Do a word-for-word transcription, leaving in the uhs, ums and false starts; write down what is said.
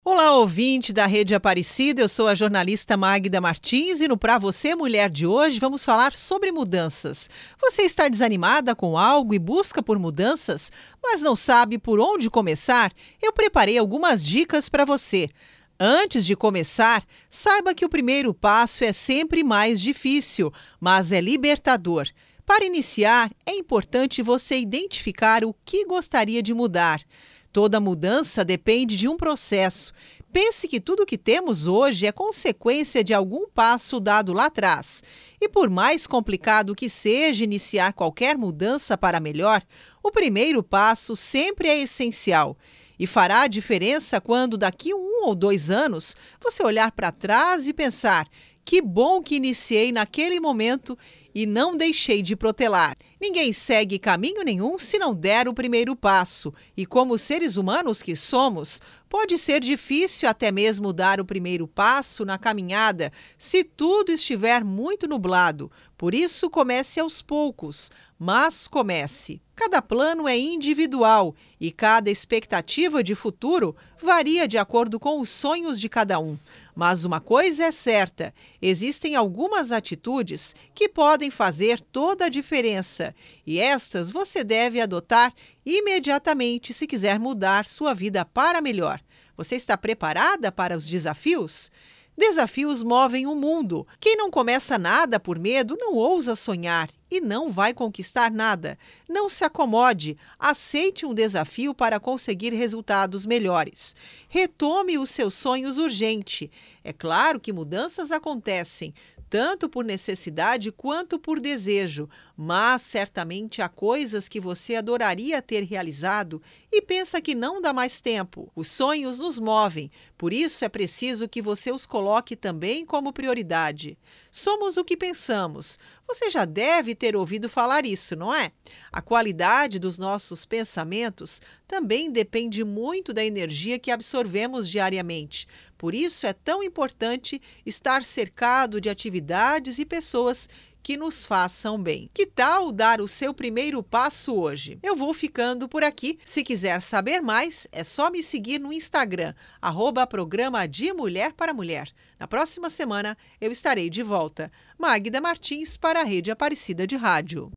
Olá, ouvinte da Rede Aparecida, eu sou a jornalista Magda Martins e no Pra Você Mulher de hoje vamos falar sobre mudanças. Você está desanimada com algo e busca por mudanças, mas não sabe por onde começar? Eu preparei algumas dicas para você. Antes de começar, saiba que o primeiro passo é sempre mais difícil, mas é libertador. Para iniciar, é importante você identificar o que gostaria de mudar. Toda mudança depende de um processo. Pense que tudo o que temos hoje é consequência de algum passo dado lá atrás. E por mais complicado que seja iniciar qualquer mudança para melhor, o primeiro passo sempre é essencial. E fará a diferença quando, daqui um ou dois anos, você olhar para trás e pensar: que bom que iniciei naquele momento e não deixei de protelar. Ninguém segue caminho nenhum se não der o primeiro passo. E como seres humanos que somos, pode ser difícil até mesmo dar o primeiro passo na caminhada se tudo estiver muito nublado. Por isso, comece aos poucos, mas comece. Cada plano é individual e cada expectativa de futuro varia de acordo com os sonhos de cada um. Mas uma coisa é certa: existem algumas atitudes que podem fazer toda a diferença. E estas você deve adotar imediatamente se quiser mudar sua vida para melhor. Você está preparada para os desafios? Desafios movem o mundo. Quem não começa nada por medo não ousa sonhar e não vai conquistar nada. Não se acomode, aceite um desafio para conseguir resultados melhores. Retome os seus sonhos urgente. É claro que mudanças acontecem, tanto por necessidade quanto por desejo, mas certamente há coisas que você adoraria ter realizado e pensa que não dá mais tempo. Os sonhos nos movem, por isso é preciso que você os coloque também como prioridade. Somos o que pensamos. Você já deve ter ouvido falar isso, não é? A qualidade dos nossos pensamentos também depende muito da energia que absorvemos diariamente. Por isso é tão importante estar cercado de atividades e pessoas que nos façam bem. Que tal dar o seu primeiro passo hoje? Eu vou ficando por aqui. Se quiser saber mais, é só me seguir no Instagram, arroba Programa de Mulher para Mulher. Na próxima semana, eu estarei de volta. Magda Martins para a Rede Aparecida de Rádio.